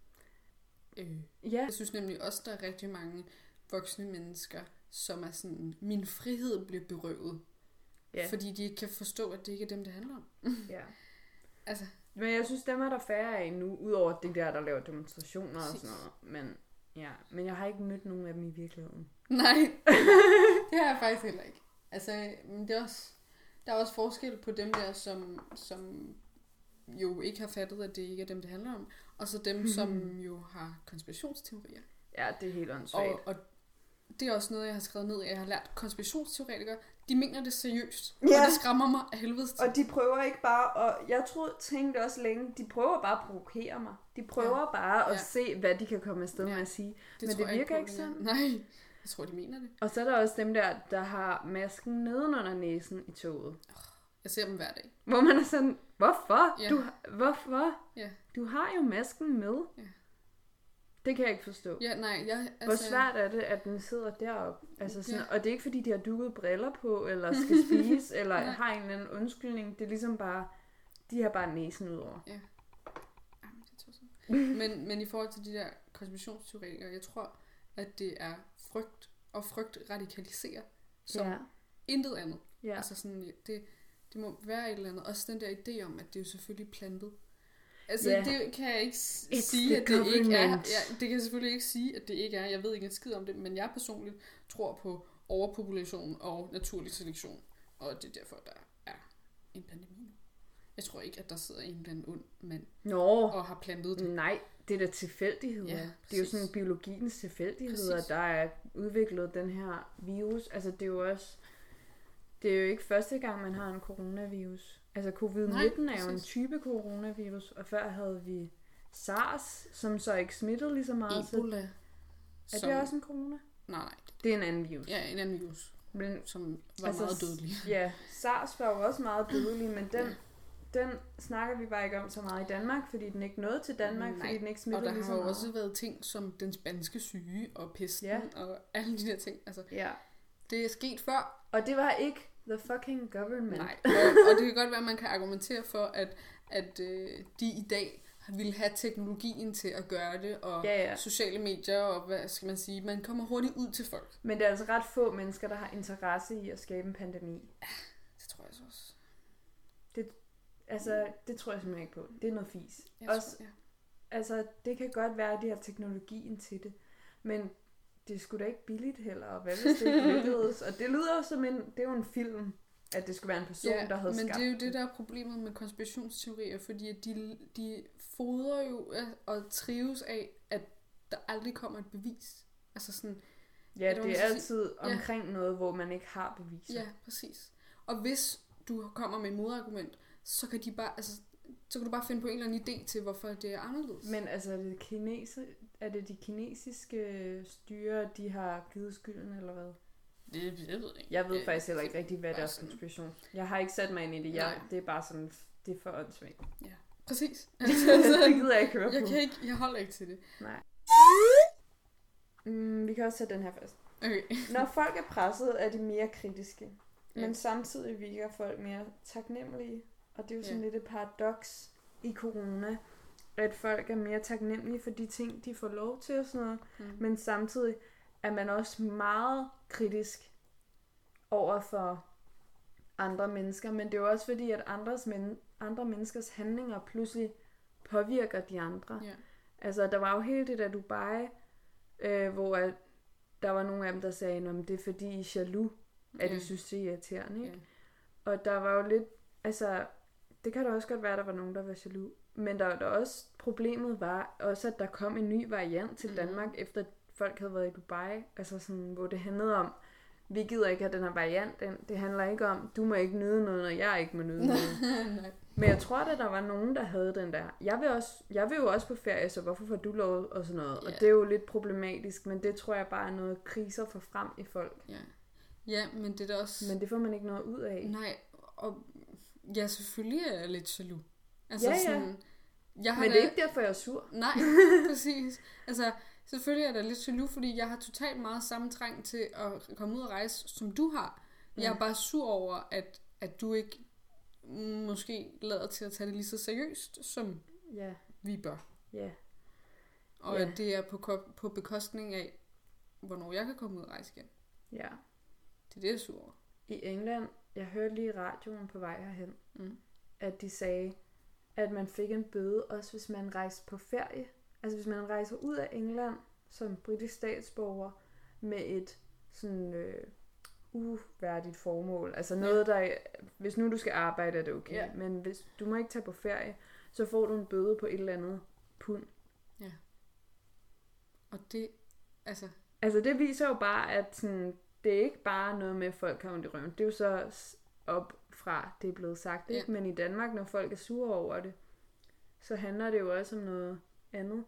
Jeg synes nemlig også, der er rigtig mange voksne mennesker, som er sådan, min frihed bliver berøvet. Ja. Fordi de ikke kan forstå, at det ikke er dem, det handler om. Ja. Altså. Men jeg synes, dem er der færre af nu, udover det der laver demonstrationer og sådan noget. Men jeg har ikke mødt nogen af dem i virkeligheden. Nej, det har jeg faktisk heller ikke. Altså, det er også, der er også forskel på dem der, som jo ikke har fattet, at det ikke er dem, det handler om. Og så dem, som jo har konspirationsteorier. Ja, det er helt åndssvagt. Og det er også noget, jeg har skrevet ned. Jeg har lært konspirationsteoretikere. De mener det seriøst. Ja. Og det skræmmer mig af helvedes til. Og de prøver ikke bare, og jeg tænkte også længe, de prøver bare at provokere mig. De prøver bare at se, hvad de kan komme afsted med at sige. Men det virker ikke sådan. Nej, jeg tror, de mener det. Og så er der også dem der har masken nedenunder næsen i toget. Jeg ser dem hver dag. Hvor man er sådan, hvorfor? Ja. Hvorfor? Ja. Du har jo masken med. Ja. Det kan jeg ikke forstå. Ja, nej, hvor svært er det, at den sidder deroppe? Altså sådan, og det er ikke fordi, de har dukket briller på, eller skal spise, eller har en eller anden undskyldning. Det er ligesom bare, de har bare næsen ud over. Ja. Jamen, det tror jeg. Men i forhold til de der konspirationsteoretikere, jeg tror, at det er frygt, og frygt radikaliserer, som intet andet. Ja. Altså sådan, det må være et eller andet. Også den der idé om, at det er jo selvfølgelig plantet. Altså, det kan jeg ikke sige, at det ikke er. Ja, det kan jeg selvfølgelig ikke sige, at det ikke er. Jeg ved ikke en skid om det, men jeg personligt tror på overpopulation og naturlig selektion. Og det er derfor, der er en pandemi nu. Jeg tror ikke, at der sidder en eller anden ond mand og har plantet det. Nej, det er da tilfældigheder. Ja, det er jo sådan biologiens tilfældigheder, der er udviklet den her virus. Altså, det er jo ikke første gang, man har en coronavirus. Altså covid-19 er jo en type coronavirus, og før havde vi SARS, som så ikke smittede lige så meget. Ebola. Er det også en corona? Nej. Det er en anden virus. Ja, en anden virus, Men, som var meget dødelig. Ja, SARS var jo også meget dødelig, men den snakker vi bare ikke om så meget i Danmark, fordi den ikke nåede til Danmark, fordi den ikke smittede lige så meget. Og der har jo også været ting som den spanske syge og pesten og alle de der ting. Altså, det er sket før. Og det var ikke the fucking government. Nej, og det kan godt være, at man kan argumentere for, at de i dag ville have teknologien til at gøre det, og sociale medier, og hvad skal man sige, man kommer hurtigt ud til folk. Men det er altså ret få mennesker, der har interesse i at skabe en pandemi. Ja, det tror jeg så også. Det tror jeg simpelthen ikke på. Det er noget fis. Altså, det kan godt være, at de har teknologien til det, men det er sgu da ikke billigt heller, og hvad hvis det ikke lykkedes? Og det lyder jo som det er jo en film, at det skulle være en person, der havde skabt. Men det er jo det, der er problemet med konspirationsteorier, fordi at de fodrer jo og trives af, at der aldrig kommer et bevis. Altså sådan... Ja, det er altid omkring noget, hvor man ikke har beviser. Ja, præcis. Og hvis du kommer med et modargument, så kan du bare finde på en eller anden idé til, hvorfor det er anderledes. Men altså, er det de kinesiske styre, de har givet skylden, eller hvad? Det ved jeg ikke. Jeg ved faktisk heller ikke rigtig, hvad deres konspiration. Jeg har ikke sat mig ind i det. Det er bare sådan, det er for åndssvagt. Ja, præcis. Det gider jeg ikke høre på. Jeg holder ikke til det. Nej. Vi kan også sætte den her først. Okay. Når folk er presset, er de mere kritiske. Men samtidig virker folk mere taknemmelige. Og det er jo sådan lidt et paradoks i corona, at folk er mere taknemmelige for de ting, de får lov til og sådan noget. Men samtidig er man også meget kritisk over for andre mennesker. Men det er jo også fordi, at andre menneskers handlinger pludselig påvirker de andre. Ja. Altså, der var jo hele det der Dubai, hvor der var nogle af dem, der sagde, at det er fordi I er jaloux, at I synes, det er irriterende. Ikke? Ja. Og der var jo lidt, altså, det kan da også godt være, at der var nogen, der var jaloux. Men der også, problemet var også, at der kom en ny variant til Danmark, efter folk havde været i Dubai, altså sådan, hvor det handlede om, vi gider ikke have den her variant, det handler ikke om, du må ikke nyde noget, når jeg ikke må nyde noget. Men jeg tror, at der var nogen, der havde den der, jeg vil jo også på ferie, så hvorfor får du lov og sådan noget, og det er jo lidt problematisk, men det tror jeg bare er noget, kriser får frem i folk. Ja, men det er da også... Men det får man ikke noget ud af. Nej, og ja, selvfølgelig er jeg lidt jaloux. Altså sådan, men det er ikke derfor, jeg er sur. Nej, præcis. Altså, selvfølgelig er der lidt jaloux, fordi jeg har totalt meget samme træng til at komme ud og rejse, som du har. Jeg er bare sur over, at du ikke måske lader til at tage det lige så seriøst, som vi bør. Ja. Og at det er på bekostning af, hvornår jeg kan komme ud og rejse igen. Ja. Det er det, jeg er sur over. I England, jeg hørte lige i radioen på vej herhen, at de sagde, at man fik en bøde, også hvis man rejste på ferie. Altså hvis man rejser ud af England som britisk statsborger med et sådan uværdigt formål. Altså noget, der... Hvis nu du skal arbejde, er det okay. Ja. Men hvis du må ikke tage på ferie, så får du en bøde på et eller andet pund. Ja. Og det... Altså det viser jo bare, at sådan, det er ikke bare noget med, at folk har ondt i røven. Det er jo så op fra, det er blevet sagt. Ikke? Men i Danmark, når folk er sure over det, så handler det jo også om noget andet.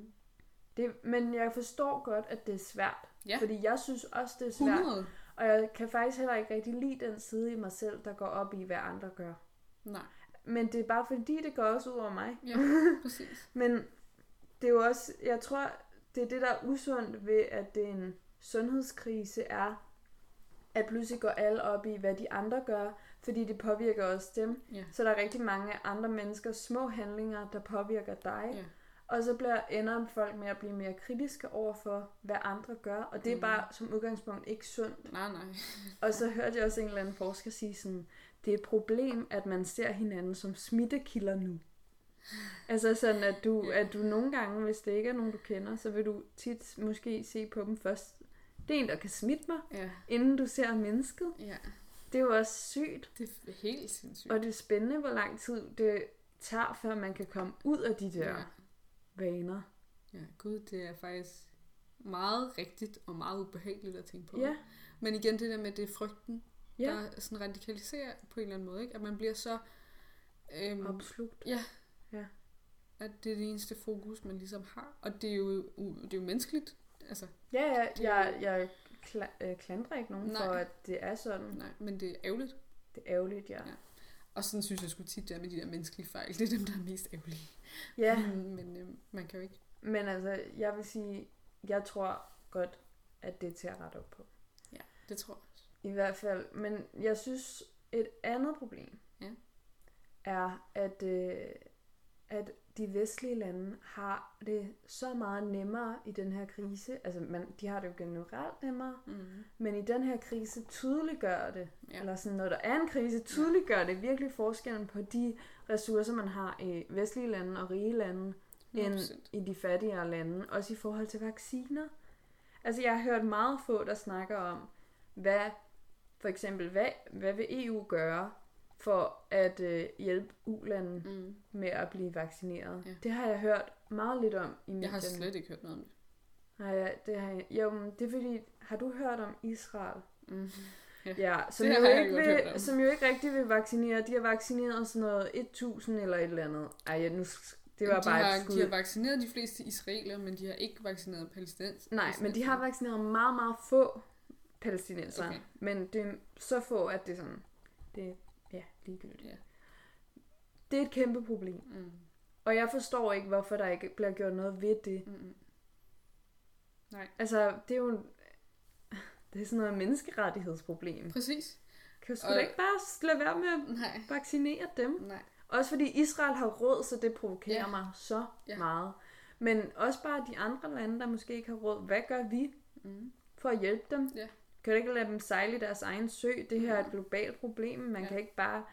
Men jeg forstår godt, at det er svært. Ja. Fordi jeg synes også, det er svært. 100. Og jeg kan faktisk heller ikke rigtig lide den side i mig selv, der går op i, hvad andre gør. Nej. Men det er bare fordi, det går også ud over mig. Ja, præcis. Men det er jo også, jeg tror, det er det, der er usundt ved, at det er en sundhedskrise, er, at pludselig går alle op i, hvad de andre gør, fordi det påvirker også dem. Ja. Så der er rigtig mange andre menneskers små handlinger, der påvirker dig. Ja. Og så ender folk med at blive mere kritiske over for, hvad andre gør. Og det er bare som udgangspunkt ikke sundt. Nej. Og så hørte jeg også en eller anden forsker sige sådan, det er et problem, at man ser hinanden som smittekilder nu. Altså sådan, at du nogle gange, hvis det ikke er nogen, du kender, så vil du tit måske se på dem først. Det er en, der kan smitte mig, inden du ser mennesket. Ja. Det er jo også sygt. Det er helt sindssygt. Og det er spændende, hvor lang tid det tager, før man kan komme ud af de der vaner. Ja, gud, det er faktisk meget rigtigt og meget ubehageligt at tænke på. Ja. Men igen, det der med, det er frygten, der sådan radikaliserer på en eller anden måde, ikke? At man bliver så... opslugt. Ja. At det er det eneste fokus, man ligesom har. Og det er jo menneskeligt. Altså, Ja, jeg klandrer ikke nogen for, at det er sådan. Nej, men det er ærgerligt. Det er ærgerligt, ja. Og sådan synes jeg sgu tit, det er med de der menneskelige fejl. Det er dem, der er mest ærgerlige. Ja. Men man kan jo ikke. Men altså, jeg vil sige, jeg tror godt, at det er til at rette op på. Ja, det tror jeg også. I hvert fald. Men jeg synes, et andet problem er, at de vestlige lande har det så meget nemmere i den her krise. Altså, de har det jo generelt nemmere. Mm-hmm. Men i den her krise tydeliggør det, eller sådan, når der er en krise, tydeliggør det virkelig forskellen på de ressourcer, man har i vestlige lande og rige lande, 100%. End i de fattigere lande. Også i forhold til vacciner. Altså, jeg har hørt meget få, der snakker om, for eksempel, hvad vil EU gøre for at hjælpe U-lande med at blive vaccineret. Ja. Det har jeg hørt meget lidt om i medierne. Jeg har slet ikke hørt noget om det. Nej, det har jeg. Jo, det er fordi, har du hørt om Israel? Mm. Ja, som jo ikke rigtig vil vaccinere. De har vaccineret sådan noget 1000 eller et eller andet. Det var bare et skud. De har vaccineret de fleste israelere, men de har ikke vaccineret palæstinenser. Nej, men de har vaccineret meget, meget få palæstinenser. Okay. Men det er så få, at det er sådan... Det ligegyldigt. Ja. Det er et kæmpe problem. Mm. Og jeg forstår ikke, hvorfor der ikke bliver gjort noget ved det. Mm. Nej. Altså, det er jo... Det er sådan noget menneskerettighedsproblem. Præcis. Kan du ikke bare lade være med at vaccinere dem? Nej. Også fordi Israel har råd, så det provokerer mig så meget. Men også bare de andre lande, der måske ikke har råd. Hvad gør vi for at hjælpe dem? Ja. Kan du ikke lade dem sejle i deres egen sø? Det her er et globalt problem. Man kan ikke bare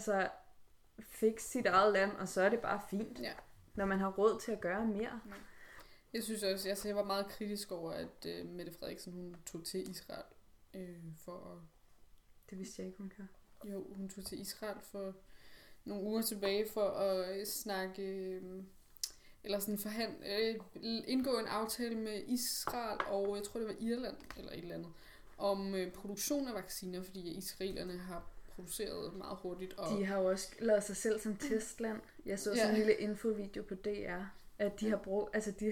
fikse sit eget land, og så er det bare fint. Ja. Når man har råd til at gøre mere. Ja. Jeg synes også, jeg var meget kritisk over, at Mette Frederiksen, hun tog til Israel for at... Det vidste jeg ikke, hun kan. Jo, hun tog til Israel for nogle uger tilbage for at snakke... eller sådan indgå en aftale med Israel og jeg tror det var Irland eller et eller andet om produktion af vacciner, fordi israelerne har produceret meget hurtigt. Og de har jo også lavet sig selv som testland. Jeg så sådan en lille infovideo på DR, at de har brugt,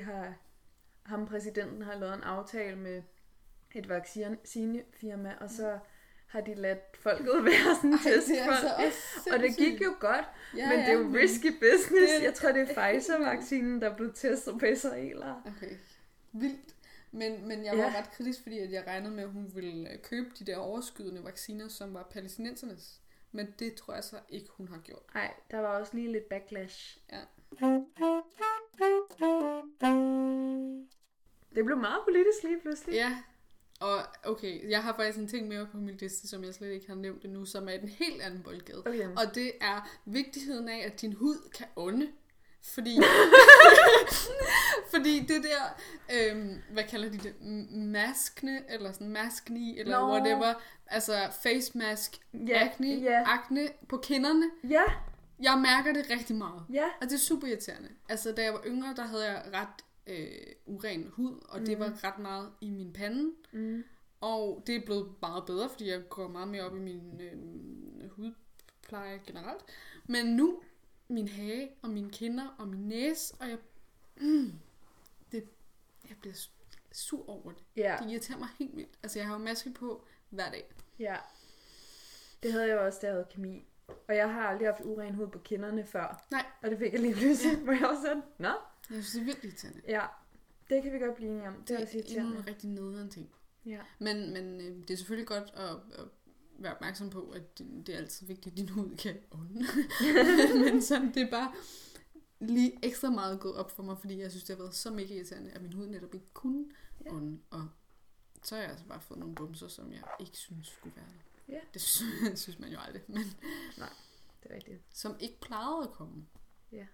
præsidenten har lavet en aftale med et vaccinefirma, og så har de ladt folket være sådan testfolk. Og det gik jo godt, men det er jo risky business. Jeg tror, det er Pfizer-vaccinen, der blev testet på israelere. Okay, vildt. Men jeg var ret kritisk, fordi at jeg regnede med, at hun ville købe de der overskydende vacciner, som var palæstinensernes. Men det tror jeg så ikke, hun har gjort. Nej, der var også lige lidt backlash. Ja. Det blev meget politisk lige pludselig. Ja, og okay, jeg har faktisk en ting mere på min liste, som jeg slet ikke har nævnt endnu, som er en helt anden boldgade. Okay. Og det er vigtigheden af, at din hud kan ånde. Fordi det der, hvad kalder de det, maskne, eller sådan maskne, eller whatever, altså face mask, akne på kinderne. Ja. Jeg mærker det rigtig meget. Ja. Og det er super irriterende. Altså, da jeg var yngre, der havde jeg ret uren hud, og det var ret meget i min pande. Mm. Og det er blevet meget bedre, fordi jeg går meget mere op i min hudpleje generelt. Men nu, min hage og mine kinder og min næse, og jeg bliver sur over det. Yeah. Det irriterer mig helt vildt. Altså, jeg har jo maske på hver dag. Ja. Det havde jeg også, da jeg havde kemi. Og jeg har aldrig haft uren hud på kinderne før. Nej. Og det fik jeg lige pludselig, hvor jeg også sådan, nå. Jeg synes, det er vildt irriterende. Ja, det kan vi godt blive enige om. Det er en rigtig nederen ting. Ja. Men det er selvfølgelig godt at være opmærksom på, at det er altid vigtigt, at din hud kan ånde. Men sådan, det er bare lige ekstra meget gået op for mig, fordi jeg synes, det har været så mega irriterende, at min hud netop ikke kunne ånde. Og så har jeg altså bare fået nogle bumser, som jeg ikke synes skulle være der. Ja. Det synes man jo aldrig. Men nej, det er rigtigt. Som ikke plejede at komme. Ja.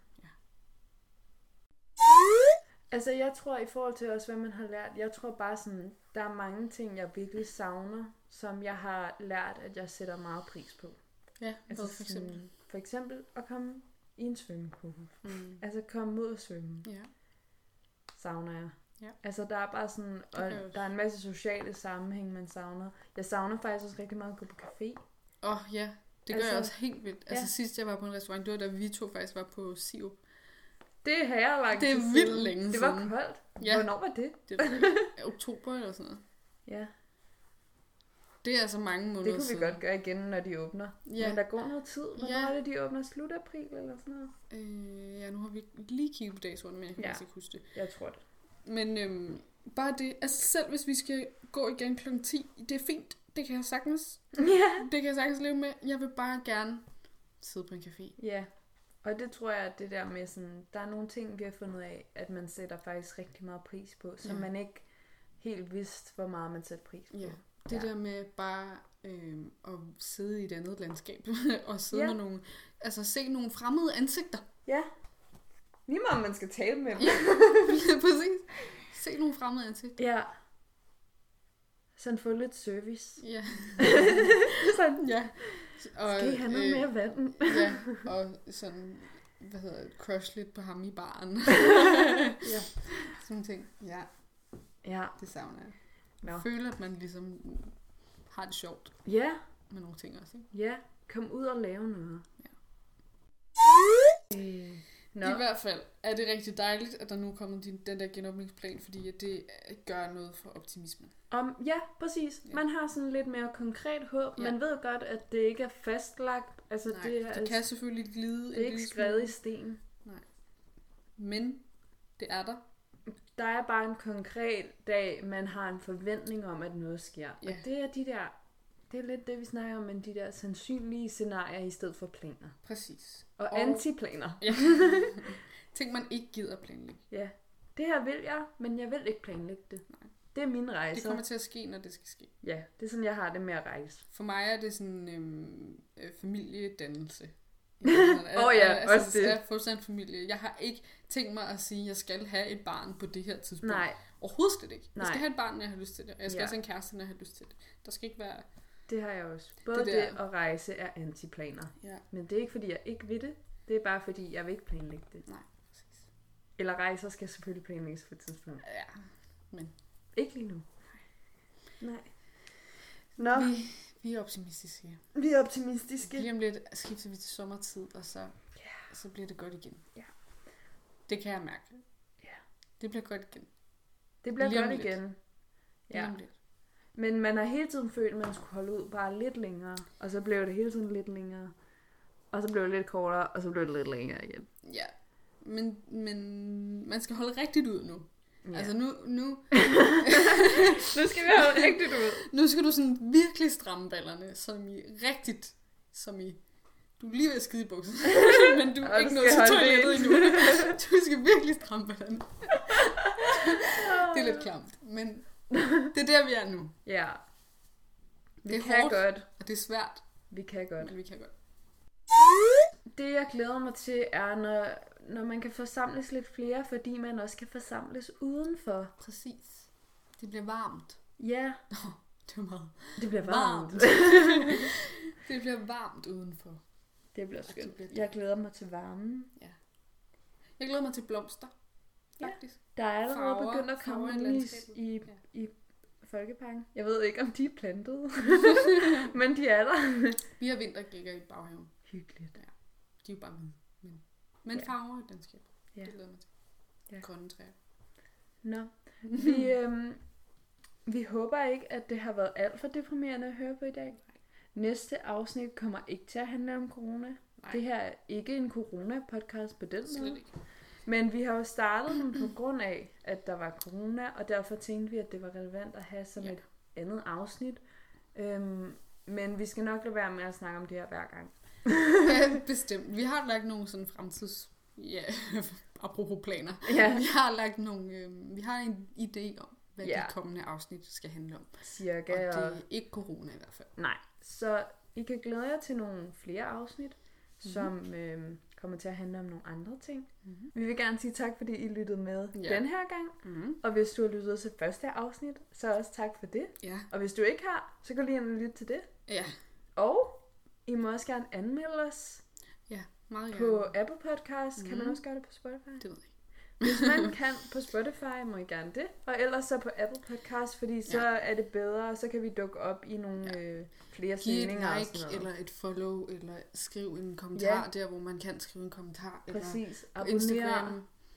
Altså, jeg tror i forhold til også, hvad man har lært, jeg tror bare sådan, der er mange ting, jeg virkelig savner, som jeg har lært, at jeg sætter meget pris på. Ja, altså for eksempel? Sådan, for eksempel at komme i en svømmepool. Mm. Altså komme ud og svømme. Ja. Savner jeg. Ja. Altså, der er bare sådan, og der er en masse sociale sammenhæng, man savner. Jeg savner faktisk også rigtig meget at gå på café. Ja, det gør jeg også helt vildt. Altså, sidst jeg var på en restaurant, det var da vi to faktisk var på Sirup. Det har jeg lagt. Det er vildt længe siden. Det var koldt. Ja. Hvornår var det? Det var oktober eller sådan noget. Ja. Det er altså mange måneder Det kunne vi godt gøre igen, når de åbner. Ja. Men der går noget tid. Hvornår er det, de åbner? Slut april eller sådan noget? Ja, nu har vi lige kigget på datoerne, men jeg kan faktisk ikke huske det. Jeg tror det. Men bare det, altså selv hvis vi skal gå igen kl. 10, det er fint. Det kan jeg sagtens. Ja. Det kan jeg sagtens leve med. Jeg vil bare gerne sidde på en café. Ja. Og det tror jeg, at det der med sådan, der er nogle ting, vi har fundet af, at man sætter faktisk rigtig meget pris på, som man ikke helt vidste, hvor meget man sætter pris på. Ja. Det der med bare at sidde i et andet landskab, og sidde med nogle, altså se nogle fremmede ansigter. Ja. Lige meget, om man skal tale med dem. Ja, præcis. Se nogle fremmede ansigter. Ja. Sådan få lidt service. Ja. Sådan. Ja. Og, skal I have noget mere vand? Ja, og sådan, crush lidt på ham i baren. Ja. Sådan ting. Ja. Ja. Det savner jeg. No. Jeg føler, at man ligesom har det sjovt. Ja. Med nogle ting også, ikke? Ja. Kom ud og lave noget. Ja. No. I hvert fald er det rigtig dejligt, at der nu er kommet den der genåbningsplan, fordi at det gør noget for optimismen. Ja, præcis. Ja. Man har sådan lidt mere konkret håb. Ja. Man ved godt, at det ikke er fastlagt. Altså, nej, det kan selvfølgelig glide. Det er ikke skrevet i sten. Nej. Men det er der. Der er bare en konkret dag, man har en forventning om, at noget sker. Ja. Og det er det er lidt det, vi snakker om, men de der sandsynlige scenarier i stedet for planer. Præcis. Og antiplaner. Ja. Ting, man ikke gider planlægge. Ja. Det her vil jeg, men jeg vil ikke planlægge det. Nej. Det er min rejse. Det kommer til at ske, når det skal ske. Ja, det er sådan, jeg har det med at rejse. For mig er det sådan familiedannelse. Ja, også det. At få sådan en familie. Jeg har ikke tænkt mig at sige, at jeg skal have et barn på det her tidspunkt. Nej. Overhovedet slet ikke. Jeg skal have et barn, når jeg har lyst til det. Og jeg skal også have en kæreste, når jeg har lyst til det. Der skal ikke være... Det har jeg også. Både det at rejse er antiplaner. Ja. Men det er ikke, fordi jeg ikke vil det. Det er bare, fordi jeg vil ikke planlægge det. Nej, præcis. Eller rejser skal selvfølgelig planlægges på et tidspunkt. Ja, men... Ikke lige nu. Nej. Nå. Vi er optimistiske. Vi er optimistiske. Lige om lidt skifter vi til sommertid, og så bliver det godt igen. Ja. Det kan jeg mærke. Ja. Det bliver godt igen. Det bliver godt igen. Ja. Men man har hele tiden følt, at man skulle holde ud bare lidt længere. Og så blev det hele tiden lidt længere. Og så blev det lidt kortere, og så blev det lidt længere igen. Ja. Men man skal holde rigtigt ud nu. Ja. Altså nu nu skal vi holde rigtigt ud. Nu skal du sådan virkelig stramme ballerne, som i du er lige ved at skide i buksen, men du er ikke nået til toilettet endnu. Du skal virkelig stramme ballerne. Det er lidt klamt, men det er der vi er nu. Ja. Det er hårdt, godt. Og det er svært. Vi kan godt. Men vi kan godt. Det jeg glæder mig til er, når man kan forsamles lidt flere, fordi man også kan forsamles udenfor. Præcis. Det bliver varmt. Ja. Det er meget. Det bliver varmt. Det bliver varmt udenfor. Det bliver skønt. Jeg glæder mig til varmen. Ja. Jeg glæder mig til blomster. Faktisk. Ja. Der er allerede begyndt at komme i Folkeparken. Jeg ved ikke, om de er plantede. Men de er der. Vi har vintergækker i baghaven. Hyggeligt. Ja. De er jo bare hvide. Men farver i landskabet. Ja. Det glæder mig til. Ja. Grønne træer. Nå. Vi håber ikke, at det har været alt for deprimerende at høre på i dag. Nej. Næste afsnit kommer ikke til at handle om corona. Nej. Det her er ikke en corona-podcast på den måde. Ikke. Men vi har jo startet den på grund af, at der var corona, og derfor tænkte vi, at det var relevant at have som et andet afsnit. Men vi skal nok lade være med at snakke om det her hver gang. Ja, bestemt. Vi har lagt nogle sådan fremtids... Ja, apropos planer. Ja. Vi har lagt nogle... vi har en idé om, hvad de kommende afsnit skal handle om. Cirka. Og det er ikke corona i hvert fald. Nej. Så I kan glæde jer til nogle flere afsnit, som kommer til at handle om nogle andre ting. Mm-hmm. Vi vil gerne sige tak, fordi I lyttede med den her gang. Mm-hmm. Og hvis du har lyttet til første afsnit, så også tak for det. Ja. Og hvis du ikke har, så gå lige ind og lytte til det. Ja. Og I må også gerne anmelde os. Ja, meget gerne. På Apple Podcast. Kan man også gøre det på Spotify? Det ved jeg ikke. Hvis man kan på Spotify, må I gerne det. Og ellers så på Apple Podcast, fordi så er det bedre, så kan vi dukke op i nogle flere stillinger. Giv et like, eller et follow, eller skriv en kommentar der, hvor man kan skrive en kommentar. Præcis. Eller Instagram.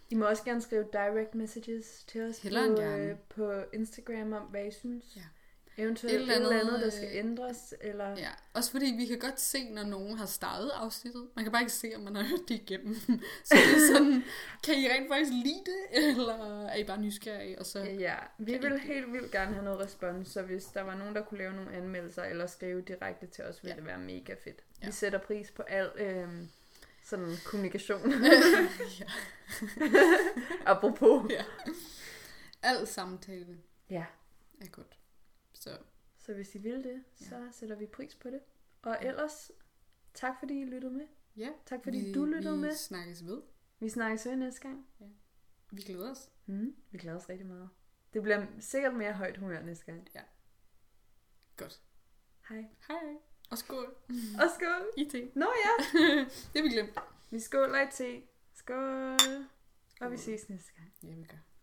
I må også gerne skrive direct messages til os på Instagram om, hvad I synes. Ja. Eventuelt et eller andet, der skal ændres. Eller... Ja, også fordi vi kan godt se, når nogen har startet afsnittet. Man kan bare ikke se, om man har hørt det igennem. Så det er sådan, kan I rent faktisk lide det, eller er I bare nysgerrige? Og så ja, vi vil helt vildt gerne have noget respons, så hvis der var nogen, der kunne lave nogle anmeldelser, eller skrive direkte til os, ville det være mega fedt. Ja. Vi sætter pris på al sådan kommunikation. Ja. Apropos. Ja. Al samtale. Ja. Er godt. Så hvis I vil det, så sætter vi pris på det. Og ellers, tak fordi I lyttede med. Ja. Tak fordi du lyttede med. Vi snakkes ved. Vi snakkes ved næste gang. Ja. Vi glæder os. Vi glæder os rigtig meget. Det bliver sikkert mere højt humør næste gang. Ja. Godt. Hej. Hej. Og skål. Og skål. I te. Nå ja. Det har vi glemt. Vi skåler i te. Skål. Og vi ses næste gang. Ja, vi gør.